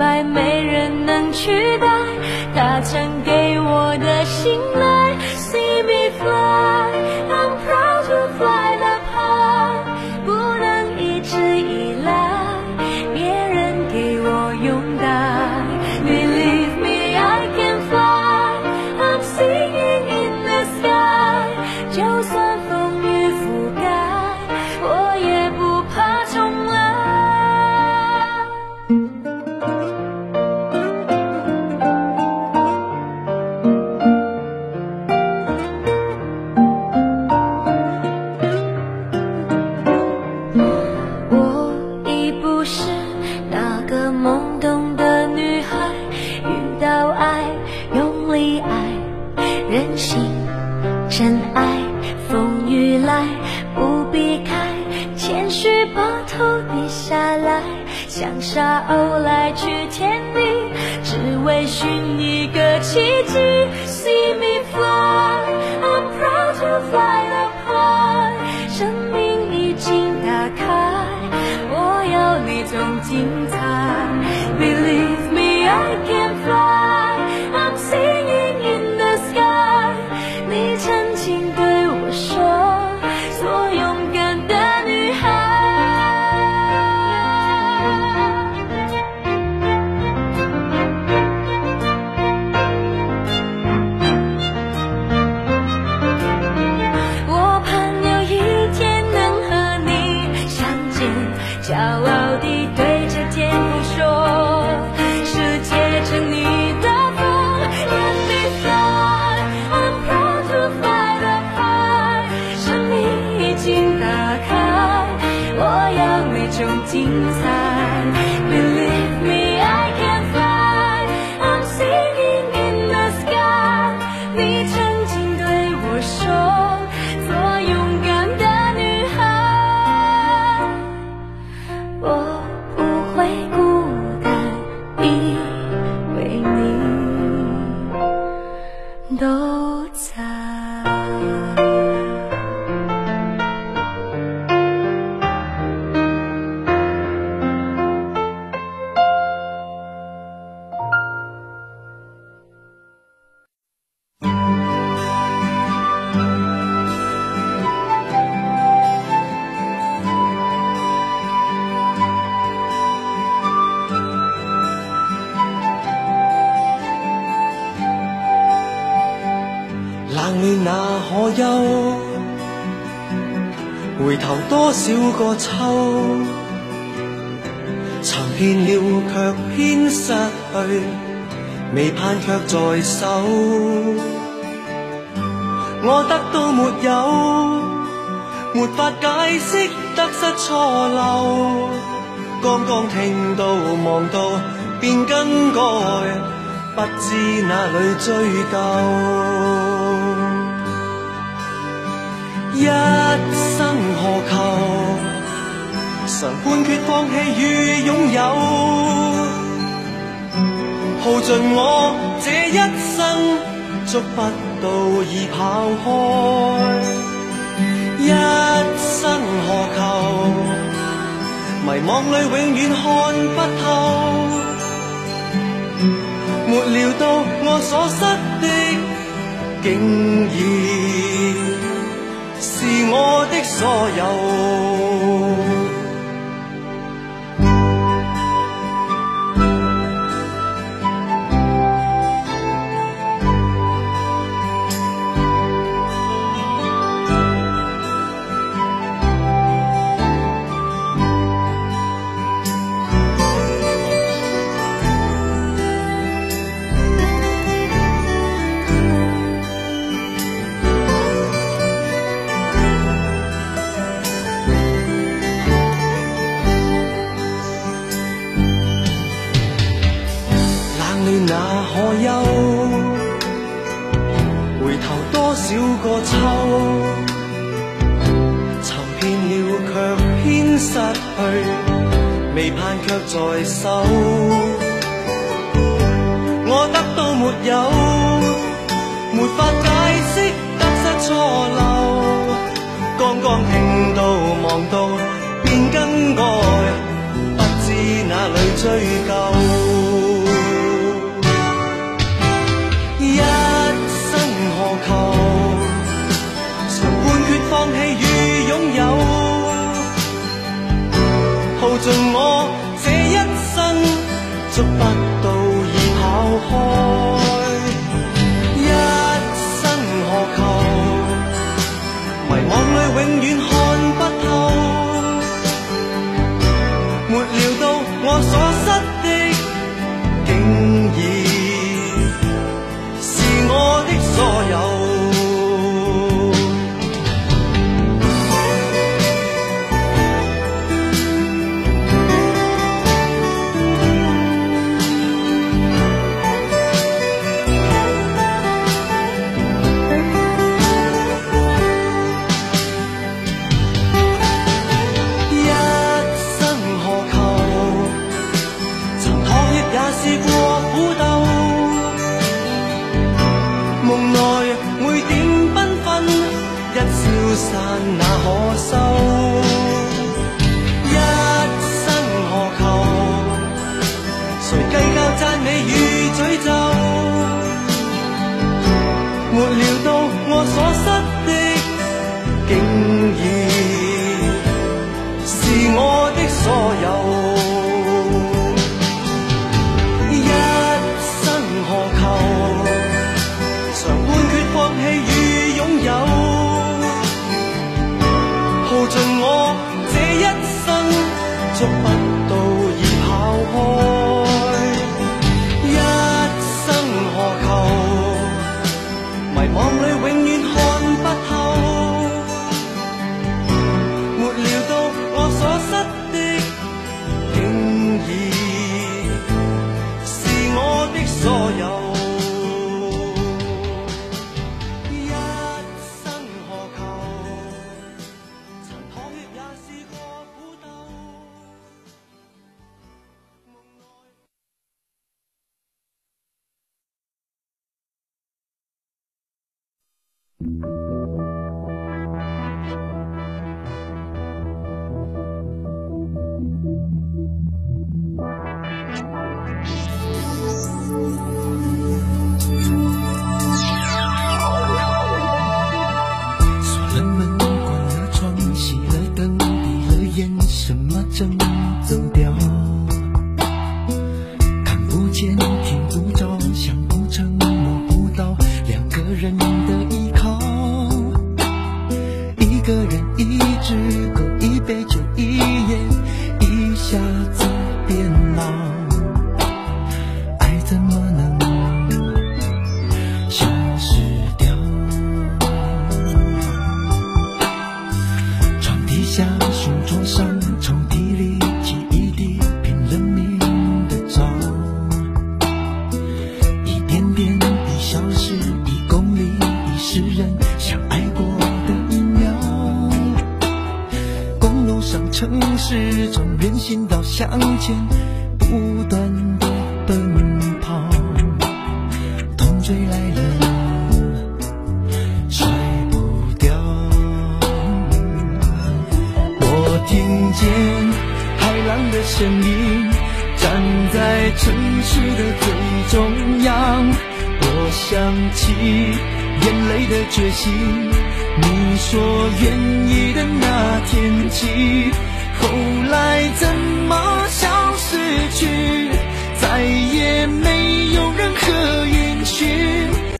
白没人能取代他曾给我的信赖。 See me fly, I'm proud to fly up high， 不能一直依赖别人给我拥戴。 Believe me, I can fly, I'm singing in the sky， 就算风雨覆盖，我也不怕重来。我已不是那个懵懂的女孩，遇到爱用力爱，任性真爱，风雨来不避开，谦虚把头低下来，像沙鸥来去天地，只为寻一个奇迹。 See me fly, I'm proud to fly up high， 生命已经打开，我要那种精彩。 Believe me, I can fly, I'm singing in the sky， 你曾经对我说，做勇敢的女孩。我盼有一天能和你相见，骄傲地对着天空说，世界乘你的风。 Let me fly, I'm proud to fly up high， 生命已经打开，我要那种精彩。 Believe me, I can fly, I'm singing in the sky， 你曾经对我说，做勇敢的女孩，我不会孤单，因为你都在。 冷暖那可休？回頭多少個秋，尋遍了卻偏失去，未盼卻在手。我得到沒有？沒法解釋得失錯漏，剛剛聽到望到便更改，不知哪裏追究。一生何求？常判決放棄與擁有，耗盡我這一生，捉不到已跑開。一生何求？迷惘裏永遠看不透，沒料到我所失的，竟然是我的所有。那可休？回頭多少個秋，尋遍了卻偏失去，未盼卻在手。我得到沒有？沒法解釋得失錯漏，剛剛聽到望到便更改，不知哪裏追究。 棄與擁有，耗盡我這一生，捉不到已跑開，一生何求？迷惘裏永遠看不透，沒料到我所失的，竟已是我的所有。消散那可收，一生何求？誰計較讚美與詛咒？沒料到我所失的，竟已是我的所有。一生何求？常判決放棄與擁有。耗盡我這一生，捉不到已跑開，一生何求？迷惘裏永遠看不透，沒料到我所失的，竟已是我的所有。 城市中人行道向前不断的奔跑，痛追来了甩不掉。我听见海浪的声音，站在城市的最中央，我想起眼泪的决心，你说愿意的那天起，